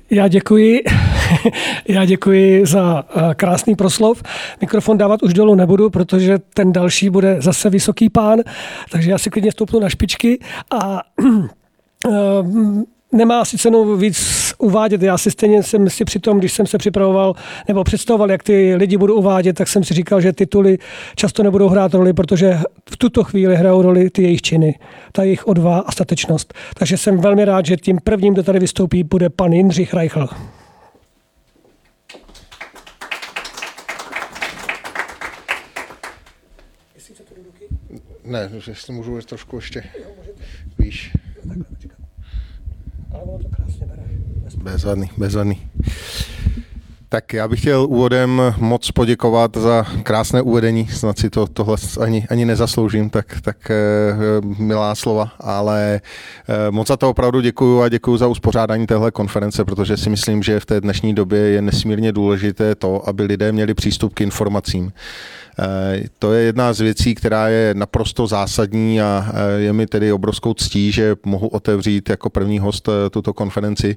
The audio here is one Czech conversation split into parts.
Já děkuji. Já děkuji za krásný proslov. Mikrofon dávat už dolů nebudu, protože ten další bude zase vysoký pán, takže já si klidně stoupnu na špičky a nemá asi cenu víc uvádět. Já si stejně jsem si při tom, když jsem se připravoval nebo představoval, jak ty lidi budu uvádět, tak jsem si říkal, že tituly často nebudou hrát roli, protože v tuto chvíli hrajou roli ty jejich činy, ta jejich odvaha a statečnost. Takže jsem velmi rád, že tím prvním, kdo tady vystoupí, bude pan Jindřich Reichl. Ne, jestli můžu trošku ještě výš. Ale ono to krásně bere. Bezvadný. Tak já bych chtěl úvodem moc poděkovat za krásné uvedení, snad si tohle ani nezasloužím, tak milá slova, ale moc za to opravdu děkuju a děkuju za uspořádání téhle konference, protože si myslím, že v té dnešní době je nesmírně důležité to, aby lidé měli přístup k informacím. To je jedna z věcí, která je naprosto zásadní a je mi tedy obrovskou ctí, že mohu otevřít jako první host tuto konferenci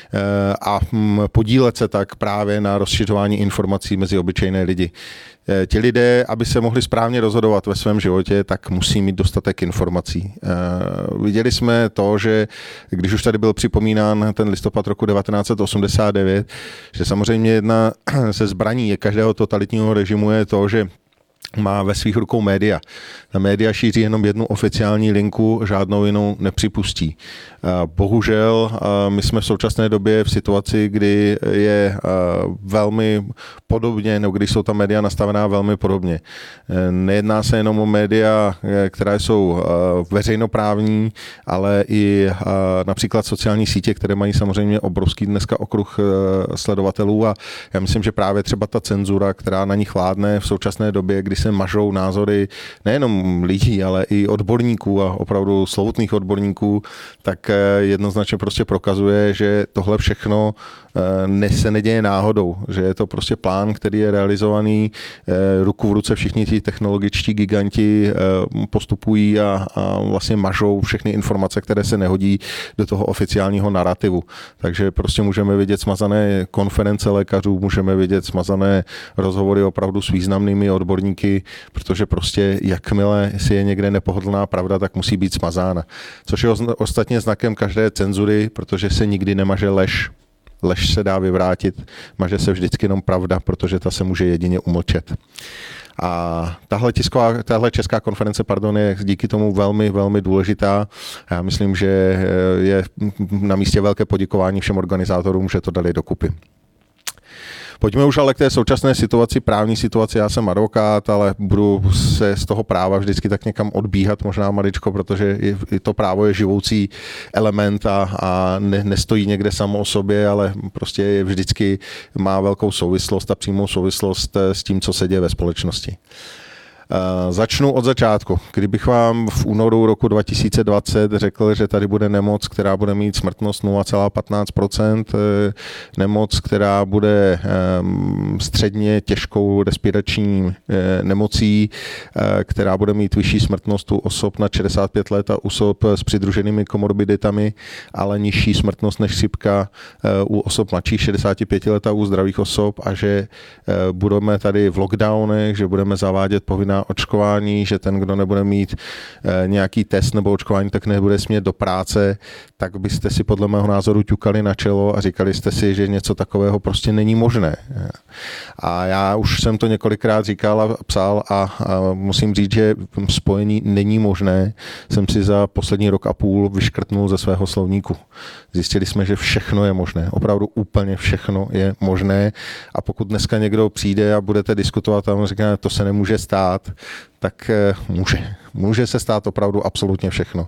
a podílet se tak právě na rozšiřování informací mezi obyčejné lidi. Ti lidé, aby se mohli správně rozhodovat ve svém životě, tak musí mít dostatek informací. Viděli jsme to, že když už tady byl připomínán ten listopad roku 1989, že samozřejmě jedna ze zbraní každého totalitního režimu je to, že má ve svých rukou média. Ta média šíří jenom jednu oficiální linku, žádnou jinou nepřipustí. Bohužel my jsme v současné době v situaci, kdy je velmi podobně, nebo když jsou ta média nastavená velmi podobně. Nejedná se jenom o média, která jsou veřejnoprávní, ale i například sociální sítě, které mají samozřejmě obrovský dneska okruh sledovatelů a já myslím, že právě třeba ta cenzura, která na nich vládne v současné době, kdy se mažou názory nejenom lidí, ale i odborníků a opravdu slovutných odborníků, tak jednoznačně prostě prokazuje, že tohle všechno se neděje náhodou, že je to prostě plán, který je realizovaný, ruku v ruce všichni ti technologičtí giganti postupují a vlastně mažou všechny informace, které se nehodí do toho oficiálního narrativu. Takže prostě můžeme vidět smazané konference lékařů, můžeme vidět smazané rozhovory opravdu s významnými odborníky, protože prostě jakmile si je někde nepohodlná pravda, tak musí být smazána. Což je ostatně znakem každé cenzury, protože se nikdy nemaže lež. Lež se dá vyvrátit, maže se vždycky jenom pravda, protože ta se může jedině umlčet. A tahle česká konference, je díky tomu velmi, velmi důležitá. Já myslím, že je na místě velké poděkování všem organizátorům, že to dali dokupy. Pojďme už ale k té současné situaci, právní situaci. Já jsem advokát, ale budu se z toho práva vždycky tak někam odbíhat, možná maličko, protože i to právo je živoucí element a nestojí někde samo o sobě, ale prostě vždycky má velkou souvislost a přímou souvislost s tím, co se děje ve společnosti. Začnu od začátku. Kdybych vám v únoru roku 2020 řekl, že tady bude nemoc, která bude mít smrtnost 0,15%, nemoc, která bude středně těžkou respirační nemocí, která bude mít vyšší smrtnost u osob nad 65 let a u osob s přidruženými komorbiditami, ale nižší smrtnost než chřipka u osob mladších 65 let a u zdravých osob a že budeme tady v lockdownech, že budeme zavádět povinná očkování, že ten, kdo nebude mít nějaký test nebo očkování, tak nebude smět do práce, tak byste si podle mého názoru ťukali na čelo a říkali jste si, že něco takového prostě není možné. A já už jsem to několikrát říkal a psal a musím říct, že spojení není možné. Jsem si za poslední rok a půl vyškrtnul ze svého slovníku. Zjistili jsme, že všechno je možné. Opravdu úplně všechno je možné. A pokud dneska někdo přijde a budete diskutovat a on říká, to se nemůže stát, tak může. Může se stát opravdu absolutně všechno.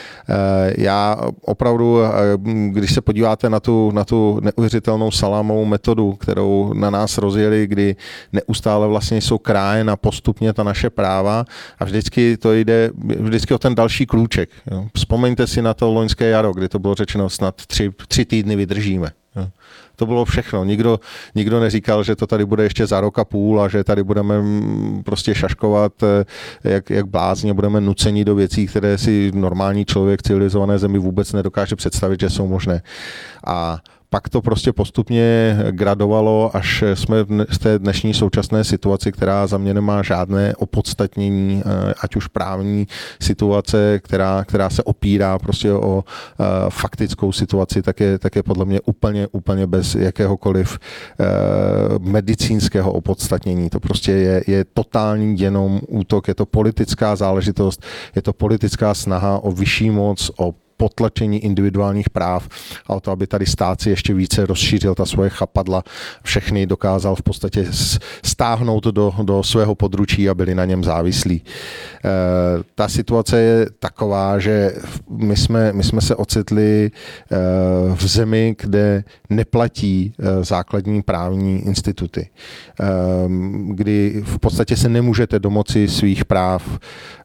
Já opravdu, když se podíváte na tu neuvěřitelnou salámovou metodu, kterou na nás rozjeli, kdy neustále vlastně jsou krájena postupně ta naše práva a vždycky to jde vždycky o ten další krůček. Vzpomeňte si na to loňské jaro, kdy to bylo řečeno snad 3 týdny vydržíme. To bylo všechno. Nikdo neříkal, že to tady bude ještě za rok a půl a že tady budeme prostě šaškovat jak blázni, budeme nuceni do věcí, které si normální člověk v civilizované zemi vůbec nedokáže představit, že jsou možné. A Pak to prostě postupně gradovalo, až jsme z té dnešní současné situaci, která za mě nemá žádné opodstatnění, ať už právní situace, která se opírá prostě o faktickou situaci, tak je podle mě úplně bez jakéhokoliv medicínského opodstatnění. To prostě je totální jenom útok, je to politická záležitost, je to politická snaha o vyšší moc, o potlačení individuálních práv a o to, aby tady stát si ještě více rozšířil ta svoje chapadla, všechny dokázal v podstatě stáhnout do svého područí a byli na něm závislí. Ta situace je taková, že my jsme se ocitli v zemi, kde neplatí základní právní instituty, kdy v podstatě se nemůžete domoci svých práv.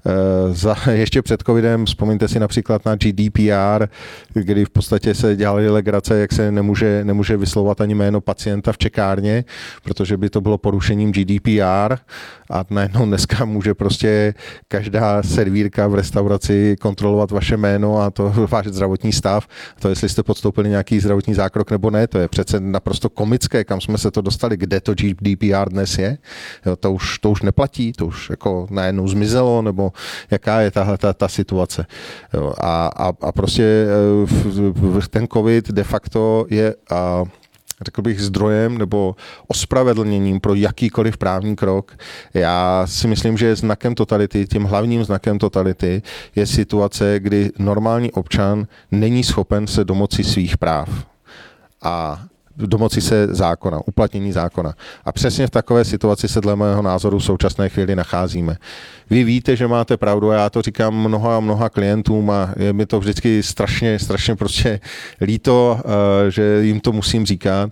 Ještě před covidem, vzpomeňte si například na GDPR, kdy v podstatě se dělaly legrace, jak se nemůže vyslovovat ani jméno pacienta v čekárně, protože by to bylo porušením GDPR a najednou dneska může prostě každá servírka v restauraci kontrolovat vaše jméno a to váš zdravotní stav, to jestli jste podstoupili nějaký zdravotní zákrok nebo ne, to je přece naprosto komické, kam jsme se to dostali, kde to GDPR dnes je, jo, to už neplatí, to už jako najednou zmizelo, nebo jaká je ta situace. Jo, a prostě ten covid de facto je řekl bych zdrojem nebo ospravedlněním pro jakýkoliv právní krok. Já si myslím, že znakem totality, tím hlavním znakem totality je situace, kdy normální občan není schopen se domoci svých práv a domoci se zákona, uplatnění zákona. A přesně v takové situaci se dle mého názoru v současné chvíli nacházíme. Vy víte, že máte pravdu a já to říkám mnoha klientům a je mi to vždycky strašně prostě líto, že jim to musím říkat.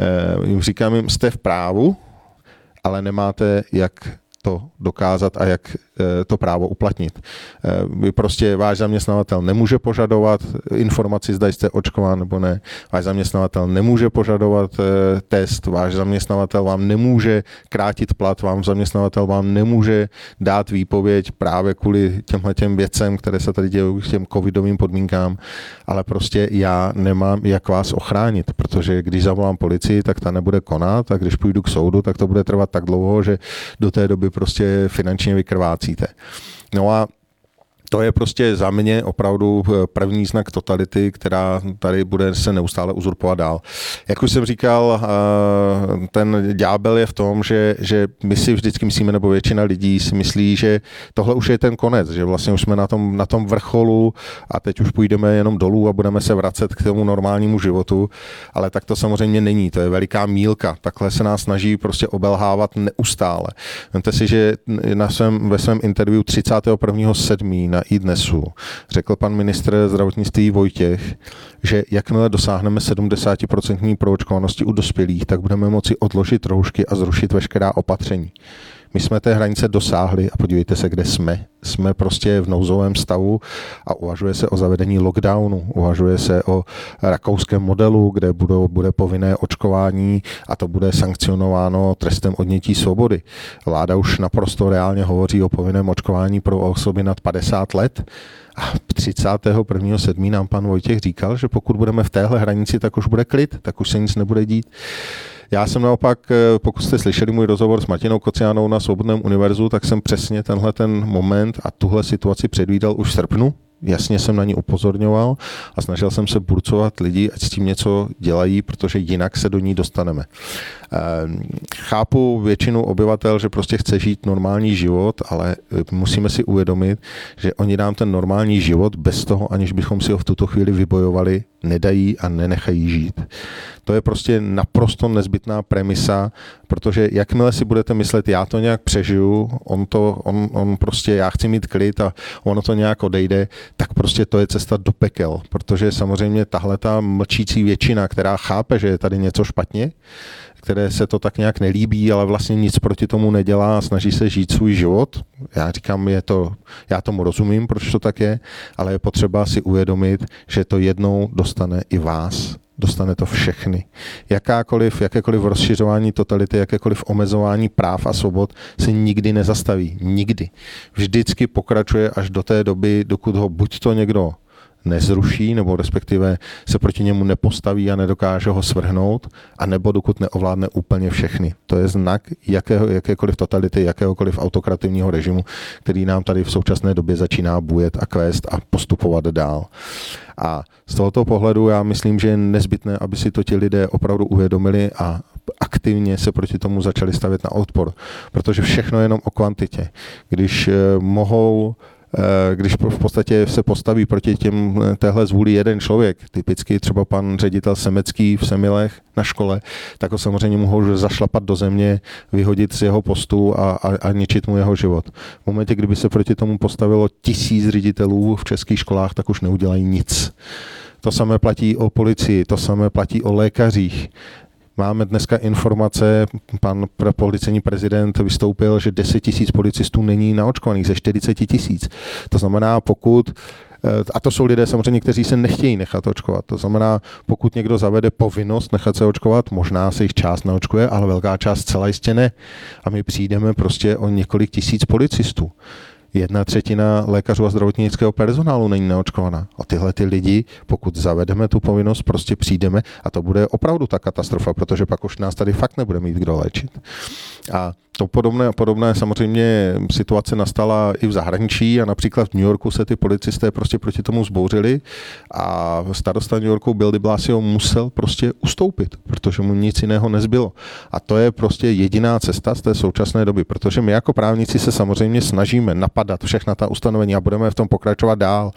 Říkám jim, jste v právu, ale nemáte jak to dokázat a jak to právo uplatnit. Prostě váš zaměstnavatel nemůže požadovat informaci, zda jste očkován nebo ne. Váš zaměstnavatel nemůže požadovat test, váš zaměstnavatel vám nemůže krátit plat, váš zaměstnavatel vám nemůže dát výpověď právě kvůli těmhletěm věcem, které se tady dějí k těm covidovým podmínkám, ale prostě já nemám jak vás ochránit, protože když zavolám policii, tak ta nebude konat a když půjdu k soudu, tak to bude trvat tak dlouho, že do té doby prostě finančně vykrvácíte. No a to je prostě za mě opravdu první znak totality, která tady bude se neustále uzurpovat dál. Jak už jsem říkal, ten ďábel je v tom, že my si vždycky myslíme, nebo většina lidí si myslí, že tohle už je ten konec, že vlastně už jsme na tom vrcholu a teď už půjdeme jenom dolů a budeme se vracet k tomu normálnímu životu, ale tak to samozřejmě není, to je veliká mýlka, takhle se nás snaží prostě obelhávat neustále. Vemte si, že ve svém interview 31.7. na iDnesu řekl pan ministr zdravotnictví Vojtěch, že jakmile dosáhneme 70% proočkovanosti u dospělých, tak budeme moci odložit roušky a zrušit veškerá opatření. My jsme té hranice dosáhli a podívejte se, kde jsme. Jsme prostě v nouzovém stavu a uvažuje se o zavedení lockdownu, uvažuje se o rakouském modelu, kde bude povinné očkování a to bude sankcionováno trestem odnětí svobody. Vláda už naprosto reálně hovoří o povinném očkování pro osoby nad 50 let. A 31.7. nám pan Vojtěch říkal, že pokud budeme v téhle hranici, tak už bude klid, tak už se nic nebude dít. Já jsem naopak, pokud jste slyšeli můj rozhovor s Martinou Kocianou na Svobodném univerzu, tak jsem přesně tenhle ten moment a tuhle situaci předvídal už v srpnu. Jasně jsem na ní upozorňoval a snažil jsem se burcovat lidi, ať s tím něco dělají, protože jinak se do ní dostaneme. Chápu většinu obyvatel, že prostě chce žít normální život, ale musíme si uvědomit, že oni nám ten normální život bez toho, aniž bychom si ho v tuto chvíli vybojovali, nedají a nenechají žít. To je prostě naprosto nezbytná premisa, protože jakmile si budete myslet, já to nějak přežiju, on prostě, já chci mít klid a ono to nějak odejde, tak prostě to je cesta do pekel, protože samozřejmě tahle ta mlčící většina, která chápe, že je tady něco špatně, které se to tak nějak nelíbí, ale vlastně nic proti tomu nedělá a snaží se žít svůj život. Já říkám, já tomu rozumím, proč to tak je, ale je potřeba si uvědomit, že to jednou dostane i vás. Dostane to všechny. Jakékoliv rozšiřování totality, jakékoliv omezování práv a svobod se nikdy nezastaví. Nikdy. Vždycky pokračuje až do té doby, dokud ho buď to někdo nezruší, nebo respektive se proti němu nepostaví a nedokáže ho svrhnout, anebo dokud neovládne úplně všechny. To je znak jakékoliv totality, jakéhokoliv autokrativního režimu, který nám tady v současné době začíná bujet a kvést a postupovat dál. A z tohoto pohledu já myslím, že je nezbytné, aby si to ti lidé opravdu uvědomili a aktivně se proti tomu začali stavět na odpor, protože všechno je jenom o kvantitě. Když v podstatě se postaví proti téhle zvůli jeden člověk, typicky třeba pan ředitel Semecký v Semilech na škole, tak ho samozřejmě mohou zašlapat do země, vyhodit z jeho postu a ničit mu jeho život. V momentě, kdyby se proti tomu postavilo 1000 ředitelů v českých školách, tak už neudělají nic. To samé platí o policii, to samé platí o lékařích. Máme dneska informace, pan policejní prezident vystoupil, že 10 000 policistů není naočkovaných ze 40 000. To znamená, a to jsou lidé samozřejmě, kteří se nechtějí nechat očkovat. To znamená, pokud někdo zavede povinnost nechat se očkovat, možná se jich část naočkuje, ale velká část zcela jistě ne. A my přijdeme prostě o několik tisíc policistů. 1/3 lékařů a zdravotnického personálu není naočkovaná. A tyhle ty lidi, pokud zavedeme tu povinnost, prostě přijdeme a to bude opravdu ta katastrofa, protože pak už nás tady fakt nebude mít kdo léčit. A to podobné samozřejmě situace nastala i v zahraničí a například v New Yorku se ty policisté prostě proti tomu vzbouřili a starosta New Yorku Bill de Blasio musel prostě ustoupit, protože mu nic jiného nezbylo. A to je prostě jediná cesta z té současné doby, protože my jako právníci se samozřejmě snažíme napadat všechna ta ustanovení a budeme v tom pokračovat dál.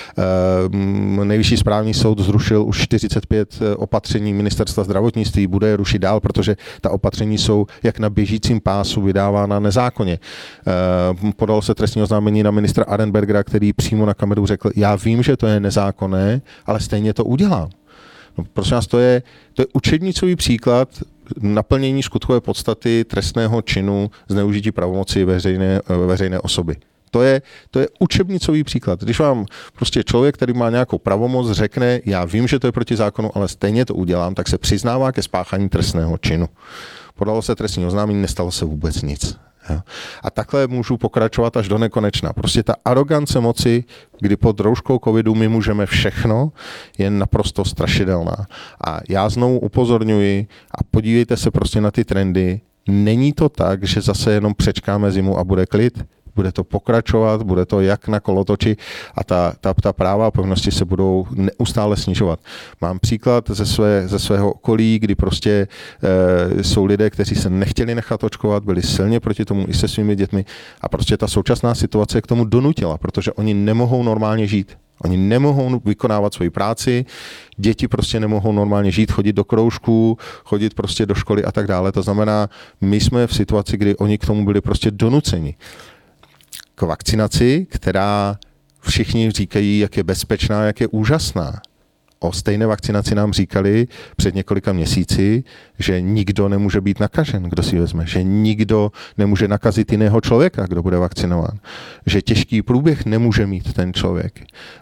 Nejvyšší správní soud zrušil už 45 opatření ministerstva zdravotnictví, bude je rušit dál, protože ta opatření jsou jak na běžícím pásu vydávána nezákonně. Podalo se trestní oznámení na ministra Arenbergera, který přímo na kameru řekl, já vím, že to je nezákonné, ale stejně to udělám. No, prosím vás, to je učebnicový příklad naplnění skutkové podstaty trestného činu zneužití pravomoci veřejné osoby. To je učebnicový příklad. Když vám prostě člověk, který má nějakou pravomoc, řekne, já vím, že to je proti zákonu, ale stejně to udělám, tak se přiznává ke spáchání trestného činu. Podalo se trestní oznámení, nestalo se vůbec nic. A takhle můžu pokračovat až do nekonečna. Prostě ta arogance moci, kdy pod rouškou covidu my můžeme všechno, je naprosto strašidelná. A já znovu upozorňuji a podívejte se prostě na ty trendy. Není to tak, že zase jenom přečkáme zimu a bude klid. Bude to pokračovat, bude to jak na kolotoči a ta práva a povinnosti se budou neustále snižovat. Mám příklad ze svého okolí, kdy prostě jsou lidé, kteří se nechtěli nechat očkovat, byli silně proti tomu i se svými dětmi a prostě ta současná situace k tomu donutila, protože oni nemohou normálně žít. Oni nemohou vykonávat svoji práci, děti prostě nemohou normálně žít, chodit do kroužků, chodit prostě do školy a tak dále. To znamená, my jsme v situaci, kdy oni k tomu byli prostě donuceni. K vakcinaci, která všichni říkají, jak je bezpečná, jak je úžasná. O stejné vakcinaci nám říkali před několika měsíci, že nikdo nemůže být nakažen, kdo si vezme, že nikdo nemůže nakazit jiného člověka, kdo bude vakcinován, že těžký průběh nemůže mít ten člověk,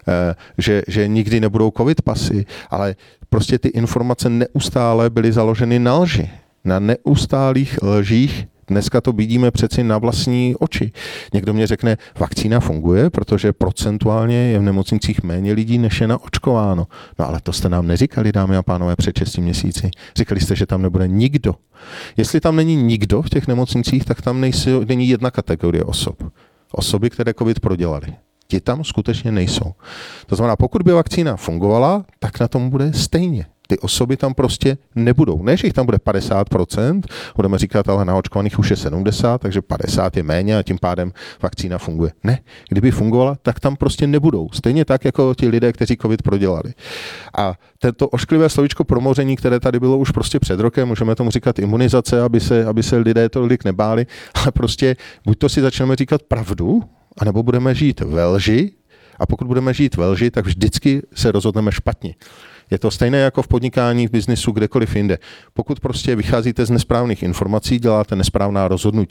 že nikdy nebudou covid pasy, ale prostě ty informace neustále byly založeny na lži, na neustálých lžích. Dneska to vidíme přeci na vlastní oči. Někdo mě řekne, vakcína funguje, protože procentuálně je v nemocnicích méně lidí, než je naočkováno. No ale to jste nám neříkali, dámy a pánové, před 6 měsíci. Říkali jste, že tam nebude nikdo. Jestli tam není nikdo v těch nemocnicích, tak tam není jedna kategorie osob. Osoby, které covid prodělali. Ti tam skutečně nejsou. To znamená, pokud by vakcína fungovala, tak na tom bude stejně. Ty osoby tam prostě nebudou. Ne, že jich tam bude 50%, budeme říkat, ale naočkovaných už je 70%, takže 50 je méně a tím pádem vakcína funguje. Ne, kdyby fungovala, tak tam prostě nebudou. Stejně tak, jako ti lidé, kteří covid prodělali. A tento ošklivé slovíčko promoření, které tady bylo už prostě před rokem, můžeme tomu říkat imunizace, aby se lidé tolik nebáli, ale prostě buď to si začneme říkat pravdu, anebo budeme žít ve lži, a pokud budeme žít ve lži, tak vždycky se rozhodneme špatně. Je to stejné jako v podnikání, v biznisu, kdekoliv jinde. Pokud prostě vycházíte z nesprávných informací, děláte nesprávná rozhodnutí.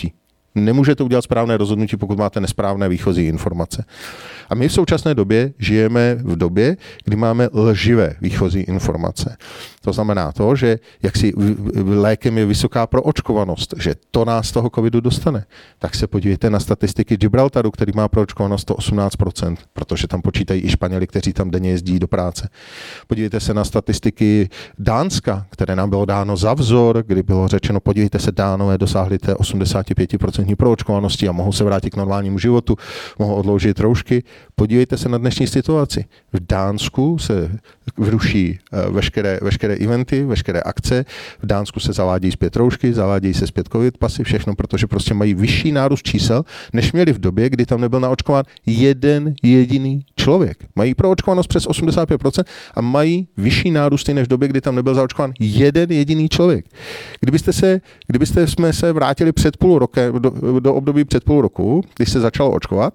Nemůžete udělat správné rozhodnutí, pokud máte nesprávné výchozí informace. A my v současné době žijeme v době, kdy máme lživé výchozí informace. To znamená to, že jaksi lékem je vysoká proočkovanost, že to nás z toho covidu dostane. Tak se podívejte na statistiky Gibraltaru, který má proočkovanost 118%, protože tam počítají i Španěli, kteří tam denně jezdí do práce. Podívejte se na statistiky Dánska, které nám bylo dáno za vzor, kdy bylo řečeno, podívejte se, Dánové dosáhli té 85% proočkovanosti a mohou se vrátit k normálnímu životu, mohou odložit roušky. Podívejte se na dnešní situaci. V Dánsku se ruší veškeré eventy, veškeré akce. V Dánsku se zavádějí zpět roušky, zavádějí se zpět covid pasy, všechno, protože prostě mají vyšší nárůst čísel, než měli v době, kdy tam nebyl naočkován jeden jediný člověk. Mají proočkovanost přes 85% a mají vyšší nárůsty než v době, kdy tam nebyl zaočkován jeden jediný člověk. Kdybyste jsme se vrátili před půl rokem, do období před půl roku, když se začalo očkovat,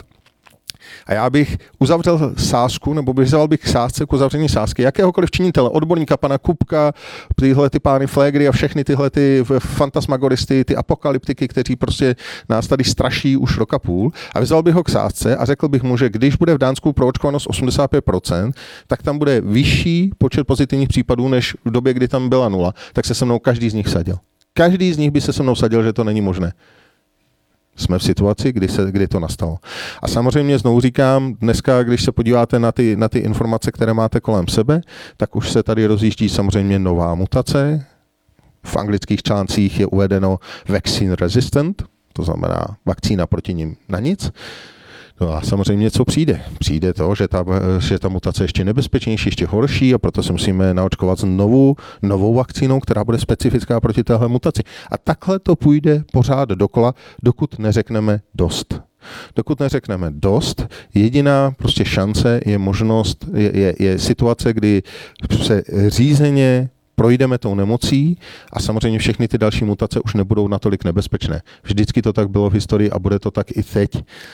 a já bych uzavřel sázku, nebo vyzval bych k sázce, k uzavření sázky, jakéhokoliv činitele, odborníka, pana Kupka, tyhle ty pány Flégry a všechny tyhle ty fantasmagoristy, ty apokalyptiky, kteří prostě nás tady straší už rok a půl, a vyzval bych ho k sázce a řekl bych mu, že když bude v Dánsku proočkovanost 85%, tak tam bude vyšší počet pozitivních případů, než v době, kdy tam byla 0, tak se mnou každý z nich sadil. Každý z nich by se mnou sadil, že to není možné. Jsme v situaci, kdy to nastalo. A samozřejmě znovu říkám, dneska, když se podíváte na ty informace, které máte kolem sebe, tak už se tady rozjíždí samozřejmě nová mutace. V anglických článcích je uvedeno vaccine resistant, to znamená vakcína proti nim na nic. No a samozřejmě co přijde? Přijde to, že ta mutace je ještě nebezpečnější, ještě horší, a proto se musíme naočkovat s novou vakcínou, která bude specifická proti téhle mutaci. A takhle to půjde pořád dokola, dokud neřekneme dost. Dokud neřekneme dost, jediná prostě šance je možnost, je situace, kdy se řízeně projdeme tou nemocí a samozřejmě všechny ty další mutace už nebudou natolik nebezpečné. Vždycky to tak bylo v historii a bude to tak i teď.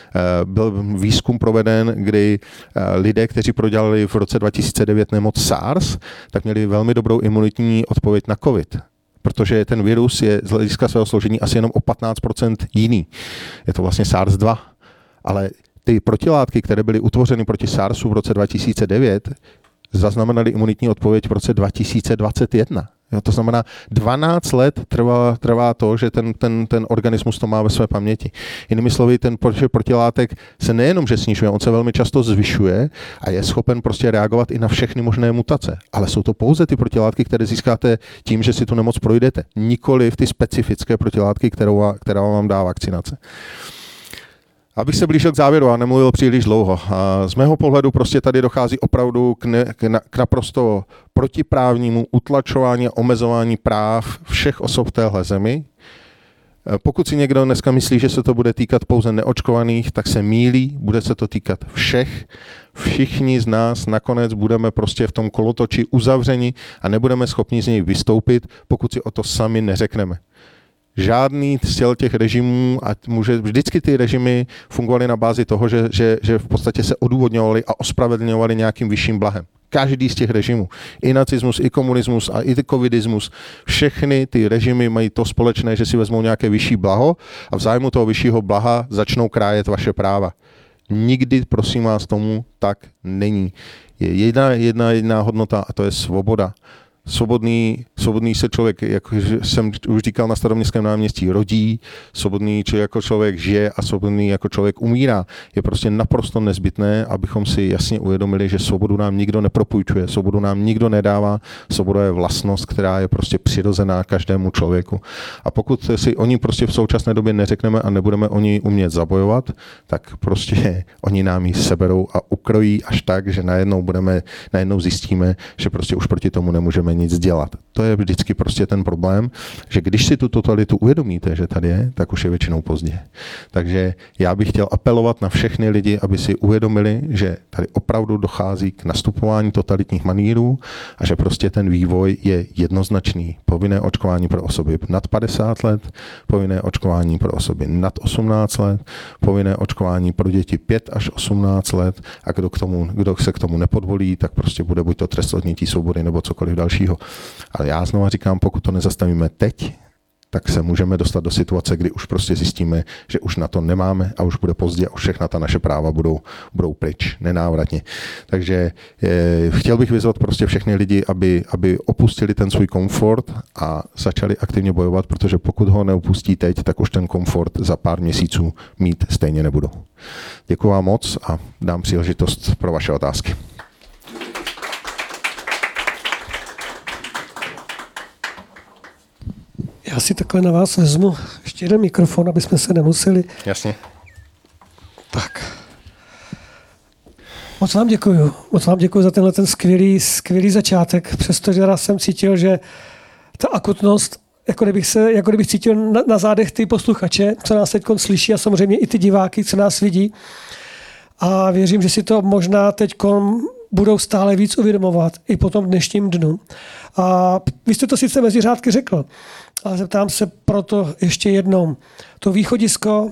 Byl výzkum proveden, kdy lidé, kteří prodělali v roce 2009 nemoc SARS, tak měli velmi dobrou imunitní odpověď na COVID. Protože ten virus je z hlediska svého složení asi jenom o 15% jiný. Je to vlastně SARS-2. Ale ty protilátky, které byly utvořeny proti SARSu v roce 2009, zaznamenali imunitní odpověď v roce 2021. Jo, to znamená, 12 let trvá to, že ten organismus to má ve své paměti. Jinými slovy, ten počet protilátek se nejenom, že snižuje, on se velmi často zvyšuje a je schopen prostě reagovat i na všechny možné mutace. Ale jsou to pouze ty protilátky, které získáte tím, že si tu nemoc projdete. Nikoliv ty specifické protilátky, která vám dá vakcinace. Abych se blížil k závěru a nemluvil příliš dlouho. Z mého pohledu prostě tady dochází opravdu k naprosto protiprávnímu utlačování a omezování práv všech osob v téhle zemi. Pokud si někdo dneska myslí, že se to bude týkat pouze neočkovaných, tak se mýlí, bude se to týkat všech. Všichni z nás nakonec budeme prostě v tom kolotoči uzavřeni a nebudeme schopni z něj vystoupit, pokud si o to sami neřekneme. Žádný z těch režimů, a vždycky ty režimy fungovaly na bázi toho, že v podstatě se odůvodňovaly a ospravedlňovaly nějakým vyšším blahem. Každý z těch režimů, i nacismus, i komunismus a i covidismus, všechny ty režimy mají to společné, že si vezmou nějaké vyšší blaho a v zájmu toho vyššího blaha začnou krájet vaše práva. Nikdy, prosím vás, tomu tak není. Je jedna hodnota a to je svoboda. Svobodný se člověk, jak jsem už říkal, na Staroměstském náměstí rodí, svobodný jako člověk žije a svobodný jako člověk umírá. Je prostě naprosto nezbytné, abychom si jasně uvědomili, že svobodu nám nikdo nepropůjčuje, svobodu nám nikdo nedává, svoboda je vlastnost, která je prostě přirozená každému člověku. A pokud si o ní prostě v současné době neřekneme a nebudeme o ní umět zabojovat, tak prostě oni nám ji seberou a ukrojí až tak, že najednou zjistíme, že prostě už proti tomu nemůžeme nic dělat. To je vždycky prostě ten problém, že když si tu totalitu uvědomíte, že tady je, tak už je většinou pozdě. Takže já bych chtěl apelovat na všechny lidi, aby si uvědomili, že tady opravdu dochází k nastupování totalitních manýrů a že prostě ten vývoj je jednoznačný. Povinné očkování pro osoby nad 50 let, povinné očkování pro osoby nad 18 let, povinné očkování pro děti 5 až 18 let a kdo se k tomu nepodvolí, tak prostě bude buď to trest odnětí svobody nebo cokoliv dalšího. Ale já znovu říkám, pokud to nezastavíme teď, tak se můžeme dostat do situace, kdy už prostě zjistíme, že už na to nemáme a už bude pozdě a už všechna ta naše práva budou pryč, nenávratně. Takže chtěl bych vyzvat prostě všechny lidi, aby opustili ten svůj komfort a začali aktivně bojovat, protože pokud ho neopustí teď, tak už ten komfort za pár měsíců mít stejně nebudou. Děkuji vám moc a dám příležitost pro vaše otázky. Já si takhle na vás vezmu ještě jeden mikrofon, aby jsme se nemuseli. Jasně. Tak. Moc vám děkuju za tenhle ten skvělý začátek, přestože jsem cítil, že ta akutnost, jako kdybych cítil na zádech ty posluchače, co nás teď slyší a samozřejmě i ty diváky, co nás vidí. A věřím, že si to možná teď budou stále víc uvědomovat i po tom dnešním dnu. A vy jste to sice mezi řádky řekl, ale zeptám se proto ještě jednou. To východisko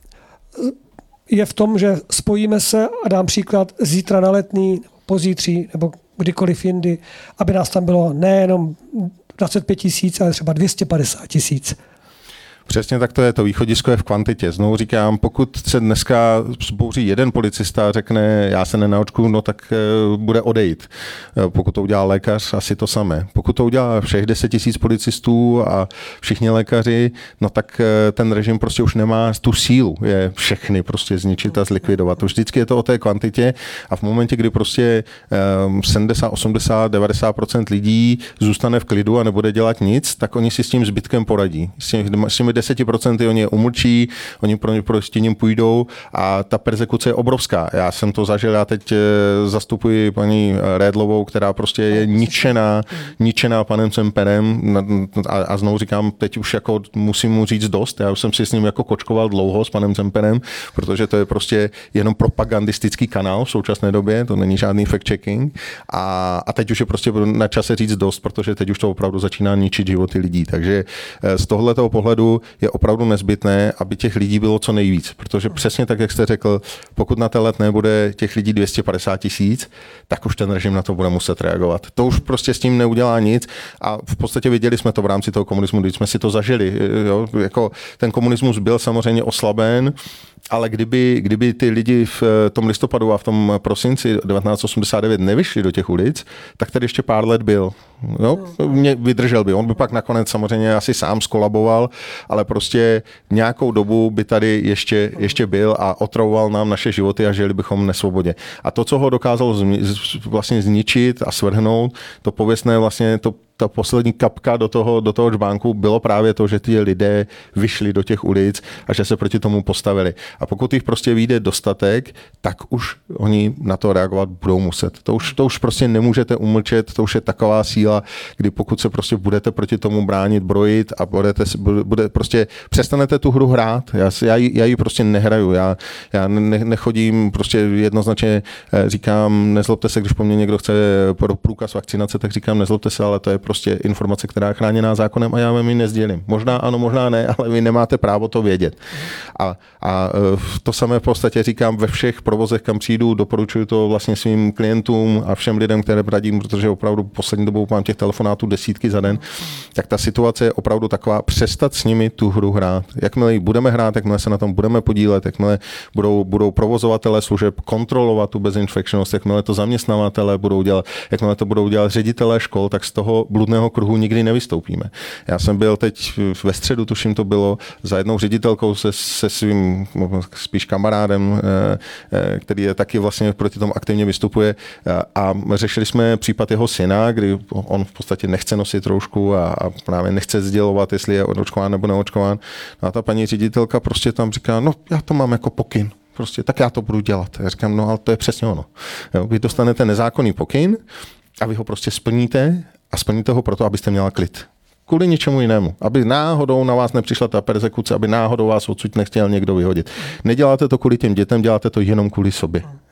je v tom, že spojíme se a dám příklad zítra na Letný, pozítří nebo kdykoliv jindy, aby nás tam bylo nejenom 25 000, ale třeba 250 000. Přesně tak to je, to východisko je v kvantitě. Znovu říkám, pokud se dneska zbouří jeden policista a řekne, já se nenaočkuju, no tak bude odejít. Pokud to udělá lékař, asi to samé. Pokud to udělá všech 10 000 policistů a všichni lékaři, no tak ten režim prostě už nemá tu sílu je všechny prostě zničit a zlikvidovat. Vždycky je to o té kvantitě a v momentě, kdy prostě 70, 80, 90% lidí zůstane v klidu a nebude dělat nic, tak oni si s tím zbytkem poradí. S těmi 10% oni je umlčí, oni prostě ním půjdou a ta perzekuce je obrovská. Já jsem to zažil, já teď zastupuji paní Redlovou, která prostě je ničená panem Cemperem a znovu říkám, teď už jako musím mu říct dost, já už jsem si s ním jako kočkoval dlouho s panem Cemperem, protože to je prostě jenom propagandistický kanál v současné době, to není žádný fact-checking a teď už je prostě na čase říct dost, protože teď už to opravdu začíná ničit životy lidí. Takže z tohletoho pohledu je opravdu nezbytné, aby těch lidí bylo co nejvíc, protože přesně tak, jak jste řekl, pokud na ten let nebude těch lidí 250 000, tak už ten režim na to bude muset reagovat. To už prostě s tím neudělá nic a v podstatě viděli jsme to v rámci toho komunismu, když jsme si to zažili. Jo? Jako ten komunismus byl samozřejmě oslaben, ale kdyby ty lidi v tom listopadu a v tom prosinci 1989 nevyšli do těch ulic, tak tady ještě pár let byl. Jo? Vydržel by. On by pak nakonec samozřejmě asi sám skolaboval, ale prostě nějakou dobu by tady ještě byl a otravoval nám naše životy a žili bychom v nesvobodě. A to, co ho dokázalo vlastně zničit a svrhnout, to pověstné vlastně ta poslední kapka do toho žbánku bylo právě to, že ty lidé vyšli do těch ulic a že se proti tomu postavili. A pokud jich prostě vyjde dostatek, tak už oni na to reagovat budou muset. To už prostě nemůžete umlčet, to už je taková síla, kdy pokud se prostě budete proti tomu bránit, brojit a bude prostě přestanete tu hru hrát. Já ji prostě nehraju. Já nechodím, prostě jednoznačně říkám, nezlobte se, když po mně někdo chce průkaz vakcinace, tak říkám, nezlobte se, ale to je prostě informace, která je chráněná zákonem a já vám ji nesdělím. Možná ano, možná ne, ale vy nemáte právo to vědět. A to samé v podstatě říkám ve všech provozech, kam přijdu, doporučuji to vlastně svým klientům a všem lidem, které radím, protože opravdu poslední dobou mám těch telefonátů desítky za den, tak ta situace je opravdu taková, přestat s nimi tu hru hrát. Jakmile ji budeme hrát, jakmile se na tom budeme podílet, jakmile budou provozovatelé služeb kontrolovat tu bezinfekčnost, jakmile to zaměstnavatelé budou dělat, jakmile to budou dělat ředitelé škol, tak z toho bludného kruhu nikdy nevystoupíme. Já jsem byl teď ve středu, tuším to bylo, za jednou ředitelkou se svým spíš kamarádem, který je taky vlastně proti tomu aktivně vystupuje a řešili jsme případ jeho syna, kdy on v podstatě nechce nosit roušku a právě nechce sdělovat, jestli je očkován nebo neočkován. No a ta paní ředitelka prostě tam říká, no já to mám jako pokyn. Prostě tak já to budu dělat. Já říkám, no ale to je přesně ono. Jo, vy dostanete nezákonný pokyn a vy ho prostě splníte a splníte ho proto, abyste měla klid. Kvůli ničemu jinému. Aby náhodou na vás nepřišla ta perzekuce, aby náhodou vás odsud nechtěl někdo vyhodit. Neděláte to kvůli těm dětem, děláte to jenom kvůli sobě.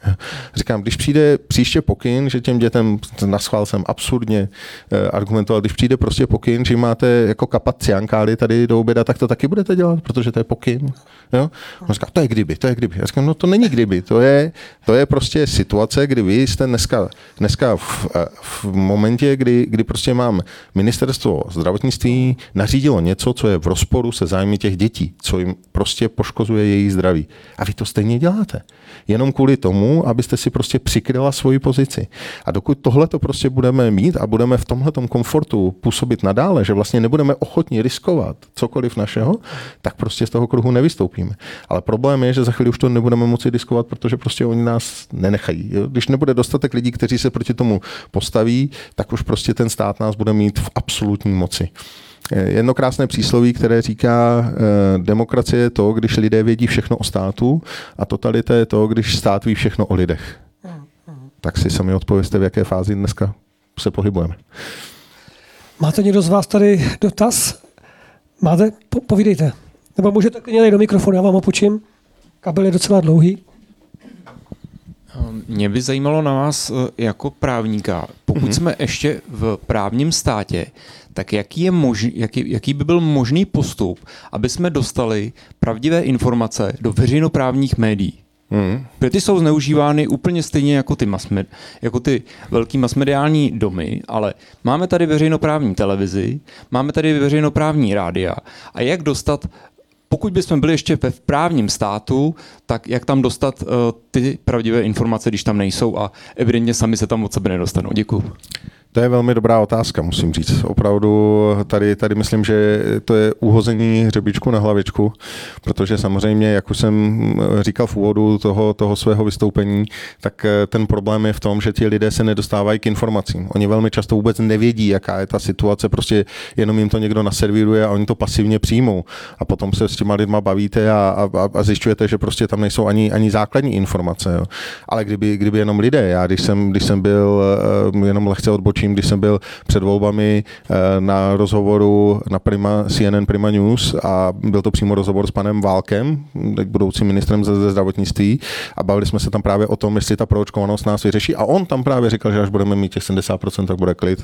Říkám, když přijde příště pokyn, že těm dětem, naschvál jsem absurdně argumentoval, když přijde prostě pokyn, že máte jako kapat ciankály tady do oběda, tak to taky budete dělat, protože to je pokyn. Jo? On říká, to je kdyby. Já říkám, no to není kdyby, to je prostě situace, kdy vy jste dneska v momentě, kdy prostě mám ministerstvo zdravotnictví nařídilo něco, co je v rozporu se zájmy těch dětí, co jim prostě poškozuje jejich zdraví. A vy to stejně děláte. Jenom kvůli tomu, abyste si prostě přikryla svoji pozici. A dokud tohle to prostě budeme mít a budeme v tomhletom komfortu působit nadále, že vlastně nebudeme ochotni riskovat cokoliv našeho, tak prostě z toho kruhu nevystoupíme. Ale problém je, že za chvíli už to nebudeme moci riskovat, protože prostě oni nás nenechají. Jo? Když nebude dostatek lidí, kteří se proti tomu postaví, tak už prostě ten stát nás bude mít v absolutní moci. Jedno krásné přísloví, které říká, demokracie je to, když lidé vědí všechno o státu, a totalita je to, když stát ví všechno o lidech. Tak si sami odpovězte, v jaké fázi dneska se pohybujeme. Máte někdo z vás tady dotaz? Máte? Povídejte. Nebo můžete klidně dát do mikrofonu, já vám ho půjčím. Kabel je docela dlouhý. Mě by zajímalo na vás jako právníka, pokud jsme ještě v právním státě, tak jaký by byl možný postup, aby jsme dostali pravdivé informace do veřejnoprávních médií? Protože ty jsou zneužívány úplně stejně jako ty velký masmediální domy, ale máme tady veřejnoprávní televizi, máme tady veřejnoprávní rádia a jak dostat, pokud bychom byli ještě ve právním státu, tak jak tam dostat ty pravdivé informace, když tam nejsou a evidentně sami se tam od sebe nedostanou. Děkuju. To je velmi dobrá otázka, musím říct. Opravdu tady myslím, že to je uhození hřebičku na hlavičku, protože samozřejmě, jak už jsem říkal v úvodu toho svého vystoupení, tak ten problém je v tom, že ti lidé se nedostávají k informacím. Oni velmi často vůbec nevědí, jaká je ta situace, prostě jenom jim to někdo naservíruje a oni to pasivně přijmou. A potom se s těma lidma bavíte a zjišťujete, že prostě tam nejsou ani základní informace. Jo. Ale kdyby jenom lidé, já když jsem byl jenom lehce odbočím, když jsem byl před volbami na rozhovoru na CNN Prima News a byl to přímo rozhovor s panem Válkem, budoucím ministrem ze zdravotnictví, a bavili jsme se tam právě o tom, jestli ta proočkovanost nás vyřeší, a on tam právě říkal, že až budeme mít těch 70%, tak bude klid.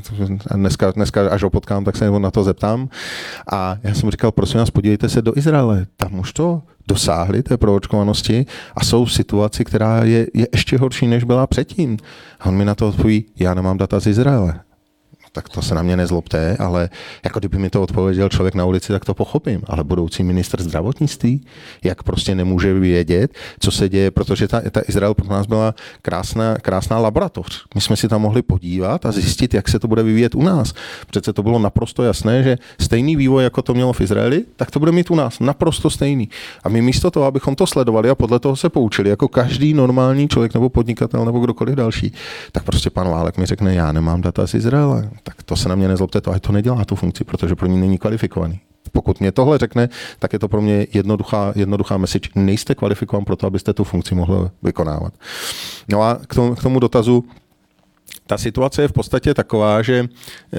Tak dneska až ho potkám, tak se na to zeptám. A já jsem říkal, prosím vás, podívejte se do Izraele, tam už to dosáhli té proočkovanosti a jsou v situaci, která je ještě horší, než byla předtím. A on mi na to odpoví, já nemám data z Izraele. Tak to se na mě nezlobte, ale jako kdyby mi to odpověděl člověk na ulici, tak to pochopím. Ale budoucí ministr zdravotnictví, jak prostě nemůže vědět, co se děje, protože ta Izrael pro nás byla krásná laboratoř. My jsme si tam mohli podívat a zjistit, jak se to bude vyvíjet u nás. Přece to bylo naprosto jasné, že stejný vývoj, jako to mělo v Izraeli, tak to bude mít u nás. Naprosto stejný. A my místo toho, abychom to sledovali a podle toho se poučili, jako každý normální člověk nebo podnikatel nebo kdokoliv další, tak prostě pan Válek mi řekne, já nemám data z Izraele. Tak to se na mě nezlobte, to nedělá tu funkci, protože pro ní není kvalifikovaný. Pokud mě tohle řekne, tak je to pro mě jednoduchá message. Nejste kvalifikován pro to, abyste tu funkci mohli vykonávat. No a k tomu dotazu, ta situace je v podstatě taková, že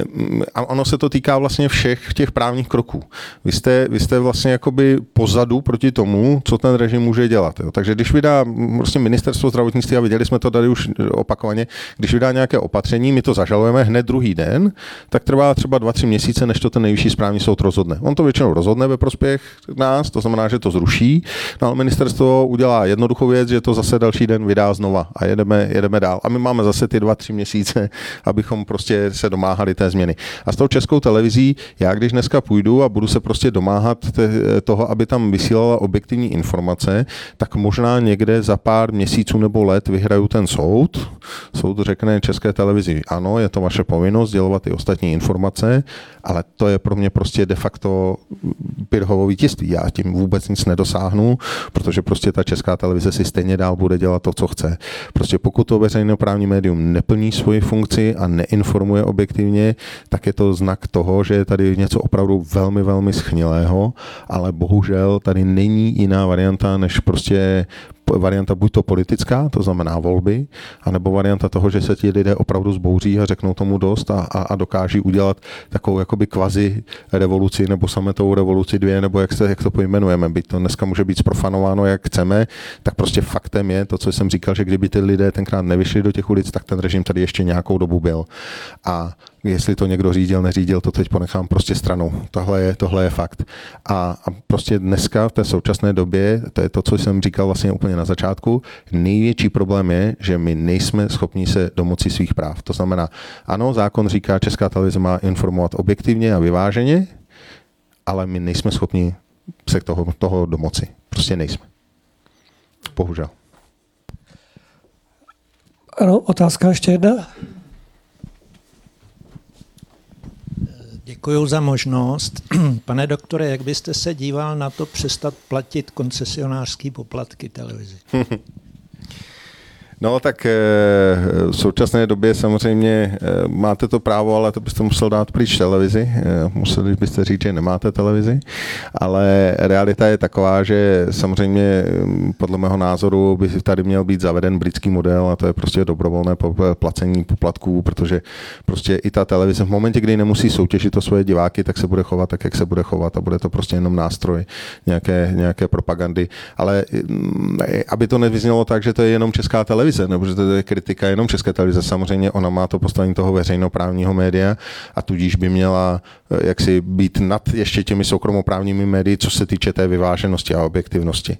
ono se to týká vlastně všech těch právních kroků. Vy jste vlastně jakoby pozadu proti tomu, co ten režim může dělat. Jo. Takže když vydá vlastně ministerstvo zdravotnictví, a viděli jsme to tady už opakovaně, když vydá nějaké opatření, my to zažalujeme hned druhý den, tak trvá třeba 2-3 měsíce, než to ten nejvyšší správní soud rozhodne. On to většinou rozhodne ve prospěch nás, to znamená, že to zruší, no ale ministerstvo udělá jednoduchou věc, že to zase další den vydá znova a jedeme dál. A my máme zase ty 2-3 měsíce, abychom prostě se domáhali té změny. A s tou Českou televizí, já když dneska půjdu a budu se prostě domáhat toho, aby tam vysílala objektivní informace, tak možná někde za pár měsíců nebo let vyhraju ten soud. Soud řekne České televizi, ano, je to vaše povinnost dělovat i ostatní informace, ale to je pro mě prostě de facto Pyrrhovo vítězství. Já tím vůbec nic nedosáhnu, protože prostě ta Česká televize si stejně dál bude dělat to, co chce. Prostě pokud to veřejnoprávní médium neplní svoji funkci a neinformuje objektivně, tak je to znak toho, že je tady něco opravdu velmi, velmi schnilého, ale bohužel tady není jiná varianta, než prostě varianta buď to politická, to znamená volby, anebo varianta toho, že se ti lidé opravdu zbouří a řeknou tomu dost a dokáží udělat takovou jakoby kvazi revoluci nebo sametovou revoluci 2, nebo jak to pojmenujeme. Byť to dneska může být zprofanováno, jak chceme, tak prostě faktem je to, co jsem říkal, že kdyby ty lidé tenkrát nevyšli do těch ulic, tak ten režim tady ještě nějakou dobu byl. A jestli to někdo řídil, neřídil, to teď ponechám prostě stranou. Tohle je fakt. A prostě dneska v té současné době, to je to, co jsem říkal vlastně úplně na začátku, největší problém je, že my nejsme schopni se domoci svých práv. To znamená, ano, zákon říká, Česká televize má informovat objektivně a vyváženě, ale my nejsme schopni se toho domoci. Prostě nejsme. Bohužel. Ano, otázka ještě jedna. Děkuji za možnost. Pane doktore, jak byste se díval na to přestat platit koncesionářský poplatky televizi? No tak v současné době samozřejmě máte to právo, ale to byste musel dát pryč televizi. Museli byste říct, že nemáte televizi, ale realita je taková, že samozřejmě podle mého názoru by tady měl být zaveden britský model a to je prostě dobrovolné placení poplatků, protože prostě i ta televize v momentě, kdy nemusí soutěžit o svoje diváky, tak se bude chovat tak, jak se bude chovat a bude to prostě jenom nástroj nějaké propagandy. Ale aby to nevyznělo tak, že to je jenom Česká televize, nebo že to je kritika jenom České televize. Samozřejmě ona má to postavení toho veřejnoprávního média a tudíž by měla jaksi být nad ještě těmi soukromoprávními médii, co se týče té vyváženosti a objektivnosti.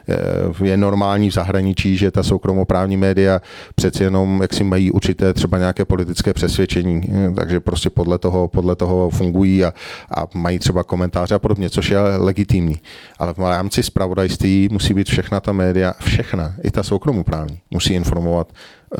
Je normální v zahraničí, že ta soukromoprávní média přeci jenom jaksi mají určité třeba nějaké politické přesvědčení, takže prostě podle toho fungují a mají třeba komentáře a podobně, což je legitimní. Ale v rámci zpravodajství musí být všechna ta média, i ta soukromoprávní, musí informovat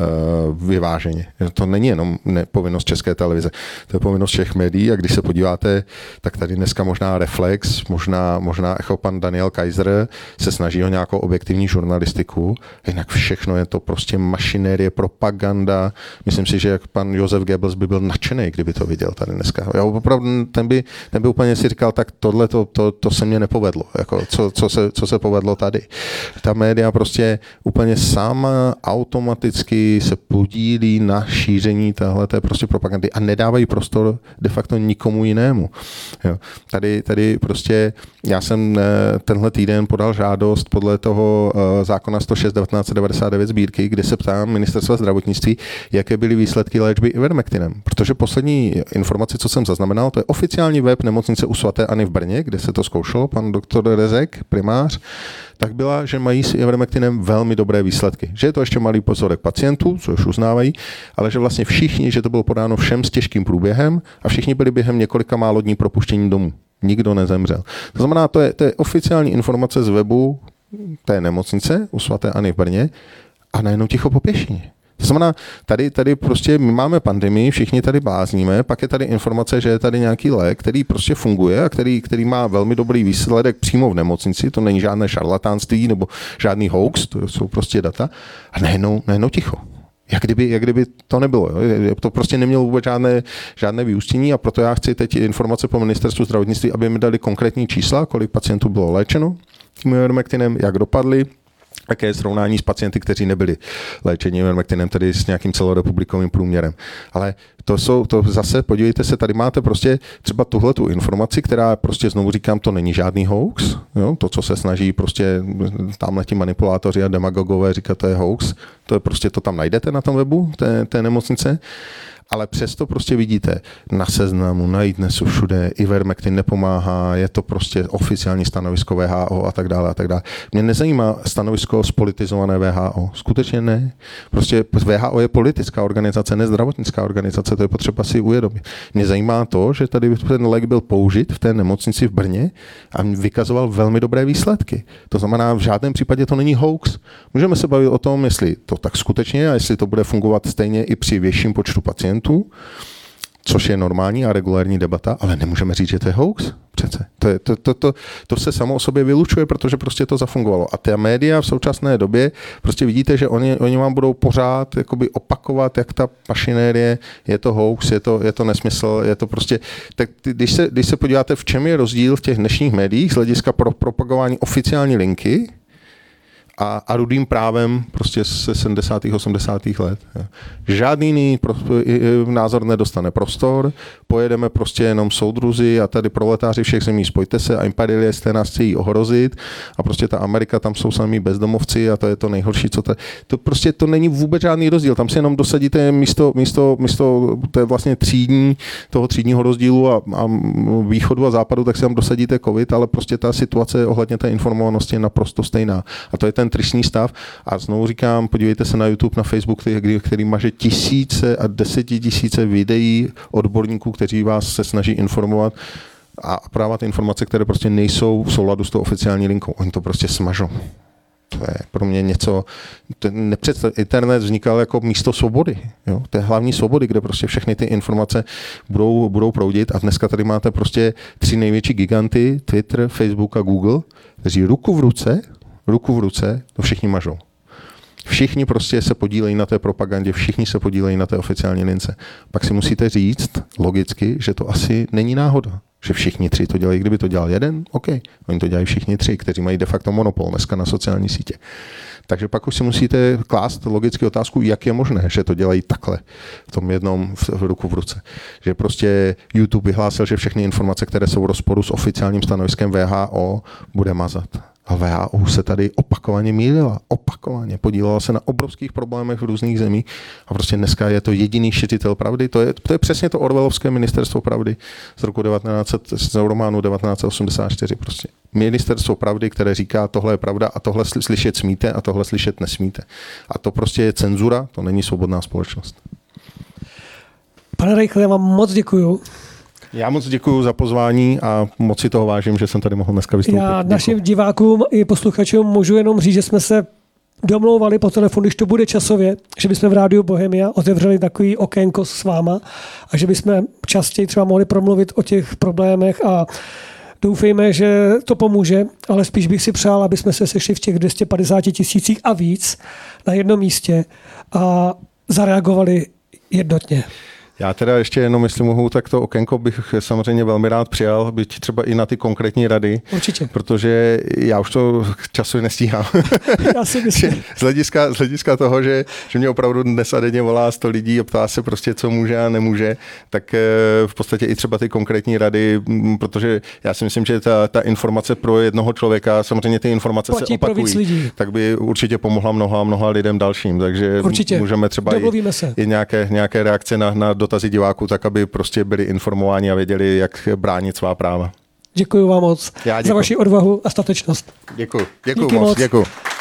vyváženě. To není jenom povinnost České televize, to je povinnost všech médií a když se podíváte, tak tady dneska možná Reflex, možná Echo, pan Daniel Kaiser se snaží o nějakou objektivní žurnalistiku, jinak všechno je to prostě mašinérie, propaganda. Myslím si, že jak pan Josef Goebbels by byl nadšený, kdyby to viděl tady dneska. Já opravdu, ten by úplně si říkal, tak tohle to se mně nepovedlo. Jako, co se povedlo tady. Ta média prostě úplně sama automaticky se podílí na šíření téhleté prostě propagandy a nedávají prostor de facto nikomu jinému. Jo. Tady prostě já jsem tenhle týden podal žádost podle toho zákona 106/1999 sbírky, kde se ptám Ministerstva zdravotnictví, jaké byly výsledky léčby Ivermectinem. Protože poslední informace, co jsem zaznamenal, to je oficiální web nemocnice u svaté Anny v Brně, kde se to zkoušelo, pan doktor Rezek, primář, tak byla, že mají s Ivermectinem velmi dobré výsledky. Že je to ještě malý pozorek pacientů, což uznávají, ale že vlastně všichni, že to bylo podáno všem s těžkým průběhem a všichni byli během několika málo dní propuštění domů. Nikdo nezemřel. To znamená, to je oficiální informace z webu té nemocnice u svaté Anny v Brně a najednou ticho po pěšině. To znamená, tady prostě my máme pandemii, všichni tady blázníme, pak je tady informace, že je tady nějaký lék, který prostě funguje a který má velmi dobrý výsledek přímo v nemocnici, to není žádné šarlatánství nebo žádný hoax, to jsou prostě data a najednou ticho. Jak kdyby to nebylo. Jo? To prostě nemělo vůbec žádné vyústění a proto já chci teď informace po ministerstvu zdravotnictví, aby mi dali konkrétní čísla, kolik pacientů bylo léčeno tím Ivermectinem, jak dopadli, jaké je srovnání s pacienty, kteří nebyli léčeni Ivermectinem, tedy s nějakým celorepublikovým průměrem. Ale to zase, podívejte se, tady máte prostě třeba tuhletu informaci, která prostě znovu říkám, to není žádný hoax, jo? To, co se snaží prostě tamhleti manipulátoři a demagogové říkat, to je hoax, to je prostě, to tam najdete na tom webu té nemocnice. Ale přesto prostě vidíte na Seznamu, na iDnesu, všude, Ivermectin nepomáhá, je to prostě oficiální stanovisko WHO a tak dále a tak dále. Mě nezajímá stanovisko spolitizované WHO, skutečně ne. Prostě WHO je politická organizace, ne zdravotnická organizace, to je potřeba si uvědomit. Mě zajímá to, že tady ten lék byl použit v té nemocnici v Brně a vykazoval velmi dobré výsledky. To znamená, v žádném případě to není hoax. Můžeme se bavit o tom, jestli to tak skutečně je a jestli to bude fungovat stejně i při větším počtu pacientů, což je normální a regulární debata, ale nemůžeme říct, že to je hoax. Přece. To se samo o sobě vylučuje, protože prostě to zafungovalo. A ta média v současné době prostě vidíte, že oni vám budou pořád jakoby opakovat, jak ta mašinérie, je to hoax, je to nesmysl, je to prostě... Tak když se podíváte, v čem je rozdíl v těch dnešních médiích z hlediska pro propagování oficiální linky a rudým právem prostě ze 70. 80. let. Žádný jiný názor nedostane prostor, pojedeme prostě jenom soudruzi a tady proletáři všech zemí, spojte se a imperialisté nás chtějí ohrozit a prostě ta Amerika, tam jsou samý bezdomovci a to je to nejhorší, co to prostě to není vůbec žádný rozdíl, tam si jenom dosadíte místo to je vlastně toho třídního rozdílu a východu a západu, tak si tam dosadíte covid, ale prostě ta situace ohledně té informovanosti je naprosto stejná. A to je ten tristní stav. A znovu říkám, podívejte se na YouTube, na Facebook, který maže tisíce a desetitisíce videí odborníků, kteří vás se snaží informovat a právat informace, které prostě nejsou v souladu s tou oficiální linkou. Oni to prostě smažou. To je pro mě něco, internet vznikal jako místo svobody. Jo? To je hlavní svobody, kde prostě všechny ty informace budou proudit a dneska tady máte prostě 3 největší giganty, Twitter, Facebook a Google, kteří ruku v ruce to všichni mažou. Všichni prostě se podílejí na té propagandě, všichni se podílejí na té oficiální lince. Pak si musíte říct logicky, že to asi není náhoda. Že všichni 3 to dělají, kdyby to dělal jeden, OK. Oni to dělají všichni 3, kteří mají de facto monopol dneska na sociální sítě. Takže pak už si musíte klást logicky otázku, jak je možné, že to dělají takhle, v tom jednom v ruku v ruce. Že prostě YouTube vyhlásil, že všechny informace, které jsou v rozporu s oficiálním stanoviskem WHO, bude mazat. A WHO se tady opakovaně mýlila. Opakovaně. Podílela se na obrovských problémech v různých zemích a prostě dneska je to jediný šetitel pravdy. To je přesně to orwellovské ministerstvo pravdy z roku z románu 1984. Prostě. Ministerstvo pravdy, které říká, tohle je pravda a tohle slyšet smíte a tohle slyšet nesmíte. A to prostě je cenzura, to není svobodná společnost. Pane Reichle, já vám moc děkuju. Já moc děkuji za pozvání a moc si toho vážím, že jsem tady mohl dneska vystoupit. Já našim divákům i posluchačům můžu jenom říct, že jsme se domlouvali po telefonu, když to bude časově, že bychom v Rádiu Bohemia otevřeli takový okénko s váma a že bychom častěji třeba mohli promluvit o těch problémech a doufejme, že to pomůže, ale spíš bych si přál, aby jsme se sešli v těch 250 000 a víc na jednom místě a zareagovali jednotně. Já teda ještě jenom, jestli mohu, tak to okénko bych samozřejmě velmi rád přijal, byť třeba i na ty konkrétní rady. Určitě. Protože já už to časově nestíhám. Já si myslím. Z hlediska toho, že mě opravdu dnes a denně volá 100 lidí a ptá se prostě, co může a nemůže, tak v podstatě i třeba ty konkrétní rady, protože já si myslím, že ta informace pro jednoho člověka, samozřejmě ty informace platí se opakují, tak by určitě pomohla mnoha lidem dalším. Takže určitě. Můžeme třeba i nějaké reakce na dotazy diváků, tak aby prostě byli informováni a věděli, jak bránit svá práva. Děkuji vám moc za vaši odvahu a statečnost. Děkuji moc. Děkuji.